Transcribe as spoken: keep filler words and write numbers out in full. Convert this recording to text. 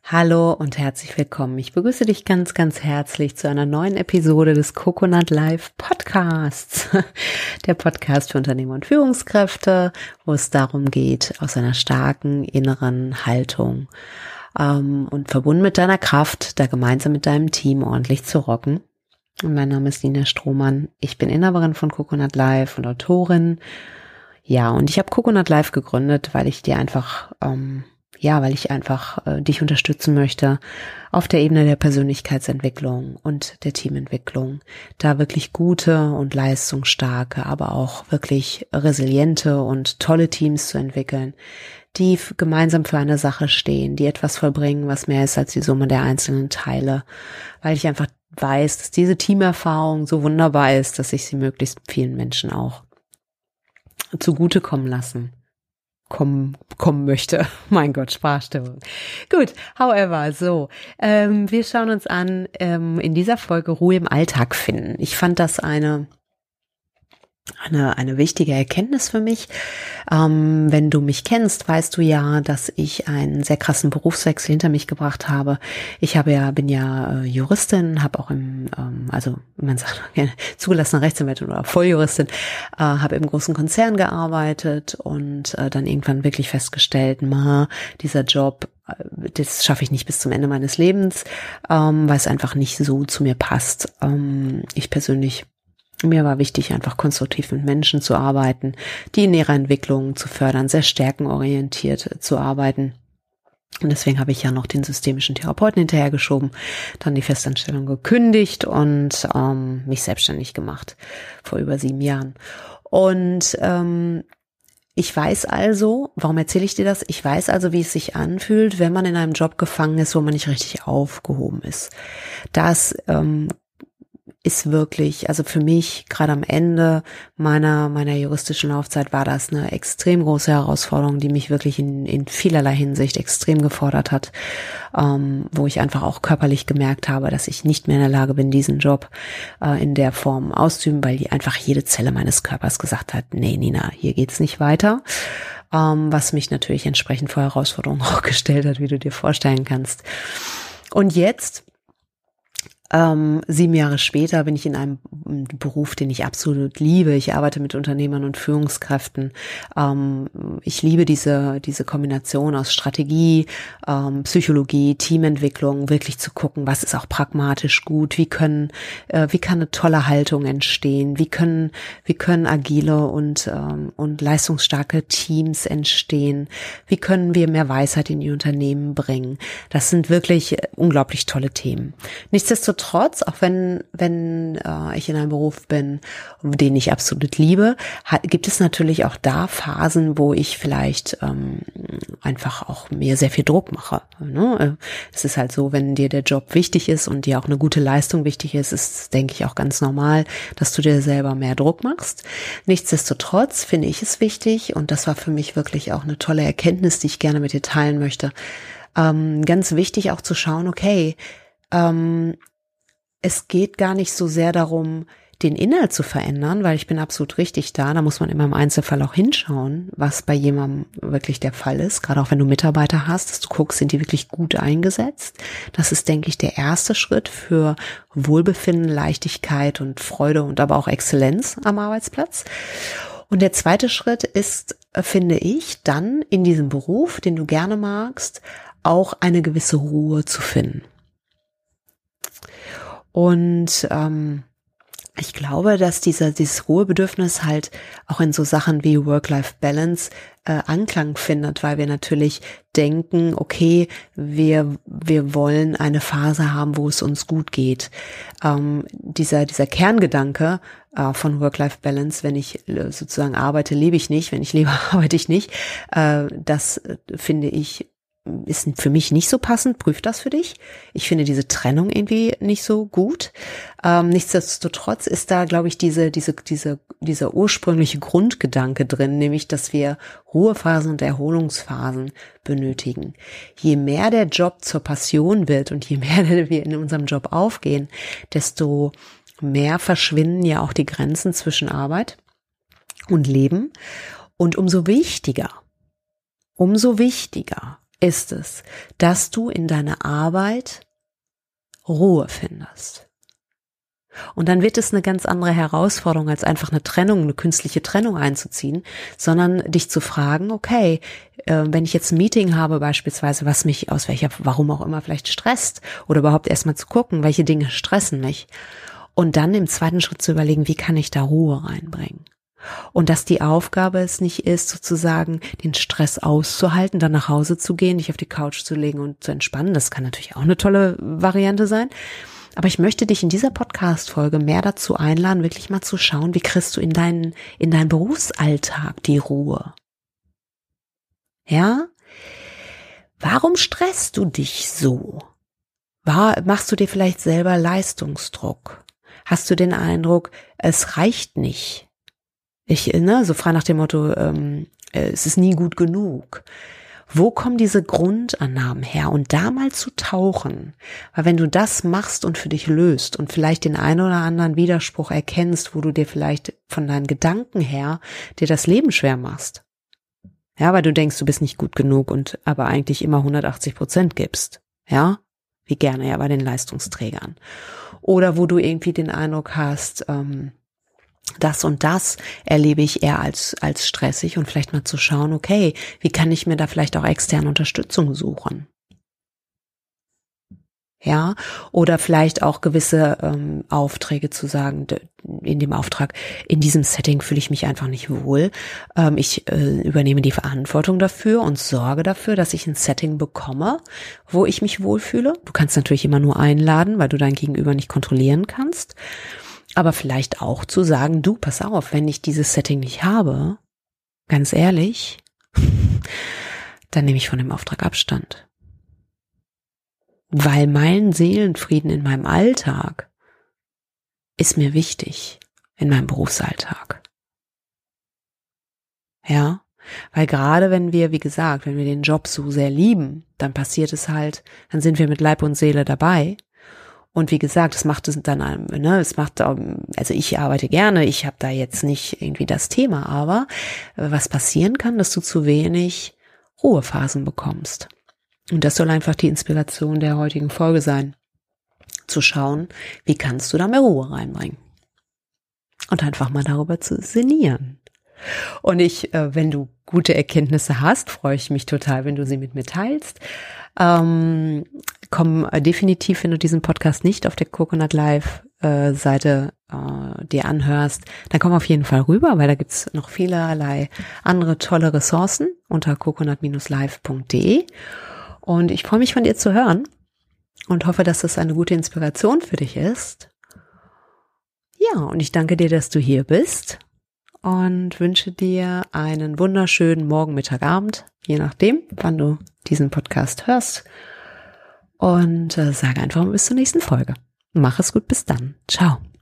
Hallo und herzlich willkommen. Ich begrüße dich ganz, ganz herzlich zu einer neuen Episode des Coconut Life Podcasts. Der Podcast für Unternehmer und Führungskräfte, wo es darum geht, aus einer starken inneren Haltung ähm, und verbunden mit deiner Kraft, da gemeinsam mit deinem Team ordentlich zu rocken. Und mein Name ist Nina Strohmann. Ich bin Inhaberin von Coconut Life und Autorin. Ja, und ich habe Coconut Life gegründet, weil ich dir einfach... Ähm, Ja, weil ich einfach äh, dich unterstützen möchte auf der Ebene der Persönlichkeitsentwicklung und der Teamentwicklung, da wirklich gute und leistungsstarke, aber auch wirklich resiliente und tolle Teams zu entwickeln, die f- gemeinsam für eine Sache stehen, die etwas vollbringen, was mehr ist als die Summe der einzelnen Teile, weil ich einfach weiß, dass diese Teamerfahrung so wunderbar ist, dass ich sie möglichst vielen Menschen auch zugutekommen lassen. kommen kommen möchte. Mein Gott, Sprachstörung. Gut, however, so, ähm, wir schauen uns an, ähm, in dieser Folge Ruhe im Alltag finden. Ich fand das eine Eine, eine wichtige Erkenntnis für mich. Ähm, wenn du mich kennst, weißt du ja, dass ich einen sehr krassen Berufswechsel hinter mich gebracht habe. Ich habe ja, bin ja äh, Juristin, habe auch im, ähm, also man sagt gerne zugelassene Rechtsanwältin oder Volljuristin, äh, habe im großen Konzern gearbeitet und äh, dann irgendwann wirklich festgestellt, ma, dieser Job, äh, das schaffe ich nicht bis zum Ende meines Lebens, ähm, weil es einfach nicht so zu mir passt. Ähm, ich persönlich Mir war wichtig, einfach konstruktiv mit Menschen zu arbeiten, die in ihrer Entwicklung zu fördern, sehr stärkenorientiert zu arbeiten. Und deswegen habe ich ja noch den systemischen Therapeuten hinterhergeschoben, dann die Festanstellung gekündigt und ähm, mich selbstständig gemacht vor über sieben Jahren. Und ähm, ich weiß also, warum erzähle ich dir das? Ich weiß also, wie es sich anfühlt, wenn man in einem Job gefangen ist, wo man nicht richtig aufgehoben ist. Das ähm, ist wirklich, also für mich, gerade am Ende meiner meiner juristischen Laufzeit war das eine extrem große Herausforderung, die mich wirklich in in vielerlei Hinsicht extrem gefordert hat, ähm, wo ich einfach auch körperlich gemerkt habe, dass ich nicht mehr in der Lage bin, diesen Job äh, in der Form auszuüben, weil die einfach jede Zelle meines Körpers gesagt hat, nee Nina, hier geht's nicht weiter, ähm, was mich natürlich entsprechend vor Herausforderungen auch gestellt hat, wie du dir vorstellen kannst. Und jetzt Ähm, sieben Jahre später bin ich in einem Beruf, den ich absolut liebe. Ich arbeite mit Unternehmern und Führungskräften. Ähm, ich liebe diese diese Kombination aus Strategie, ähm, Psychologie, Teamentwicklung, wirklich zu gucken, was ist auch pragmatisch gut, wie können, äh, wie kann eine tolle Haltung entstehen, wie können, wie können agile und ähm, und leistungsstarke Teams entstehen, wie können wir mehr Weisheit in die Unternehmen bringen. Das sind wirklich unglaublich tolle Themen. Nichtsdestotrotz Trotz, auch wenn wenn äh, ich in einem Beruf bin, den ich absolut liebe, ha, gibt es natürlich auch da Phasen, wo ich vielleicht ähm, einfach auch mir sehr viel Druck mache. Ne? Es ist halt so, wenn dir der Job wichtig ist und dir auch eine gute Leistung wichtig ist, ist, denke ich, auch ganz normal, dass du dir selber mehr Druck machst. Nichtsdestotrotz finde ich es wichtig, und das war für mich wirklich auch eine tolle Erkenntnis, die ich gerne mit dir teilen möchte, ähm, ganz wichtig auch zu schauen, okay, ähm, es geht gar nicht so sehr darum, den Inhalt zu verändern, weil ich bin absolut richtig da. Da muss man immer im Einzelfall auch hinschauen, was bei jemandem wirklich der Fall ist. Gerade auch wenn du Mitarbeiter hast, dass du guckst, sind die wirklich gut eingesetzt. Das ist, denke ich, der erste Schritt für Wohlbefinden, Leichtigkeit und Freude und aber auch Exzellenz am Arbeitsplatz. Und der zweite Schritt ist, finde ich, dann in diesem Beruf, den du gerne magst, auch eine gewisse Ruhe zu finden. Und ähm, ich glaube, dass dieser dieses Ruhebedürfnis halt auch in so Sachen wie Work-Life-Balance äh, Anklang findet, weil wir natürlich denken, okay, wir wir wollen eine Phase haben, wo es uns gut geht. Ähm, dieser dieser Kerngedanke äh, von Work-Life-Balance, wenn ich äh, sozusagen arbeite, lebe ich nicht, wenn ich lebe, arbeite ich nicht. Äh, das äh, finde ich ist für mich nicht so passend, prüf das für dich. Ich finde diese Trennung irgendwie nicht so gut. Ähm, nichtsdestotrotz ist da, glaube ich, diese, diese, diese, dieser ursprüngliche Grundgedanke drin, nämlich, dass wir Ruhephasen und Erholungsphasen benötigen. Je mehr der Job zur Passion wird und je mehr wir in unserem Job aufgehen, desto mehr verschwinden ja auch die Grenzen zwischen Arbeit und Leben. Und umso wichtiger, umso wichtiger ist es, dass du in deiner Arbeit Ruhe findest. Und dann wird es eine ganz andere Herausforderung, als einfach eine Trennung, eine künstliche Trennung einzuziehen, sondern dich zu fragen, okay, äh, wenn ich jetzt ein Meeting habe beispielsweise, was mich aus welcher, warum auch immer vielleicht stresst, oder überhaupt erstmal zu gucken, welche Dinge stressen mich, und dann im zweiten Schritt zu überlegen, wie kann ich da Ruhe reinbringen? Und dass die Aufgabe es nicht ist, sozusagen den Stress auszuhalten, dann nach Hause zu gehen, dich auf die Couch zu legen und zu entspannen. Das kann natürlich auch eine tolle Variante sein. Aber ich möchte dich in dieser Podcast-Folge mehr dazu einladen, wirklich mal zu schauen, wie kriegst du in deinen, in deinen Berufsalltag die Ruhe? Ja? Warum stresst du dich so? War, machst du dir vielleicht selber Leistungsdruck? Hast du den Eindruck, es reicht nicht? Ich, ne, so frei nach dem Motto, ähm, es ist nie gut genug. Wo kommen diese Grundannahmen her? Und da mal zu tauchen. Weil wenn du das machst und für dich löst und vielleicht den einen oder anderen Widerspruch erkennst, wo du dir vielleicht von deinen Gedanken her dir das Leben schwer machst. Ja, weil du denkst, du bist nicht gut genug und aber eigentlich immer hundertachtzig Prozent gibst. Ja, wie gerne ja bei den Leistungsträgern. Oder wo du irgendwie den Eindruck hast, ähm, das und das erlebe ich eher als als stressig, und vielleicht mal zu schauen, okay, wie kann ich mir da vielleicht auch externe Unterstützung suchen? Ja, oder vielleicht auch gewisse ähm, Aufträge zu sagen, in dem Auftrag, in diesem Setting fühle ich mich einfach nicht wohl. Ähm, ich äh, übernehme die Verantwortung dafür und sorge dafür, dass ich ein Setting bekomme, wo ich mich wohlfühle. Du kannst natürlich immer nur einladen, weil du dein Gegenüber nicht kontrollieren kannst. Aber vielleicht auch zu sagen, du, pass auf, wenn ich dieses Setting nicht habe, ganz ehrlich, dann nehme ich von dem Auftrag Abstand. Weil mein Seelenfrieden in meinem Alltag ist mir wichtig, in meinem Berufsalltag. Ja, weil gerade wenn wir, wie gesagt, wenn wir den Job so sehr lieben, dann passiert es halt, dann sind wir mit Leib und Seele dabei. Und wie gesagt, es macht es dann, ne, es macht, also ich arbeite gerne, ich habe da jetzt nicht irgendwie das Thema, aber was passieren kann, dass du zu wenig Ruhephasen bekommst. Und das soll einfach die Inspiration der heutigen Folge sein, zu schauen, wie kannst du da mehr Ruhe reinbringen. Und einfach mal darüber zu sinnieren. Und ich, wenn du gute Erkenntnisse hast, freue ich mich total, wenn du sie mit mir teilst. Ähm, komm definitiv, wenn du diesen Podcast nicht auf der Coconut Live äh, Seite äh, dir anhörst, dann komm auf jeden Fall rüber, weil da gibt's noch vielerlei andere tolle Ressourcen unter coconut dash live punkt de. Und ich freue mich, von dir zu hören und hoffe, dass das eine gute Inspiration für dich ist. Ja, und ich danke dir, dass du hier bist. Und wünsche dir einen wunderschönen Morgen, Mittag, Abend, je nachdem, wann du diesen Podcast hörst. Und äh, sage einfach mal bis zur nächsten Folge. Mach es gut, bis dann. Ciao.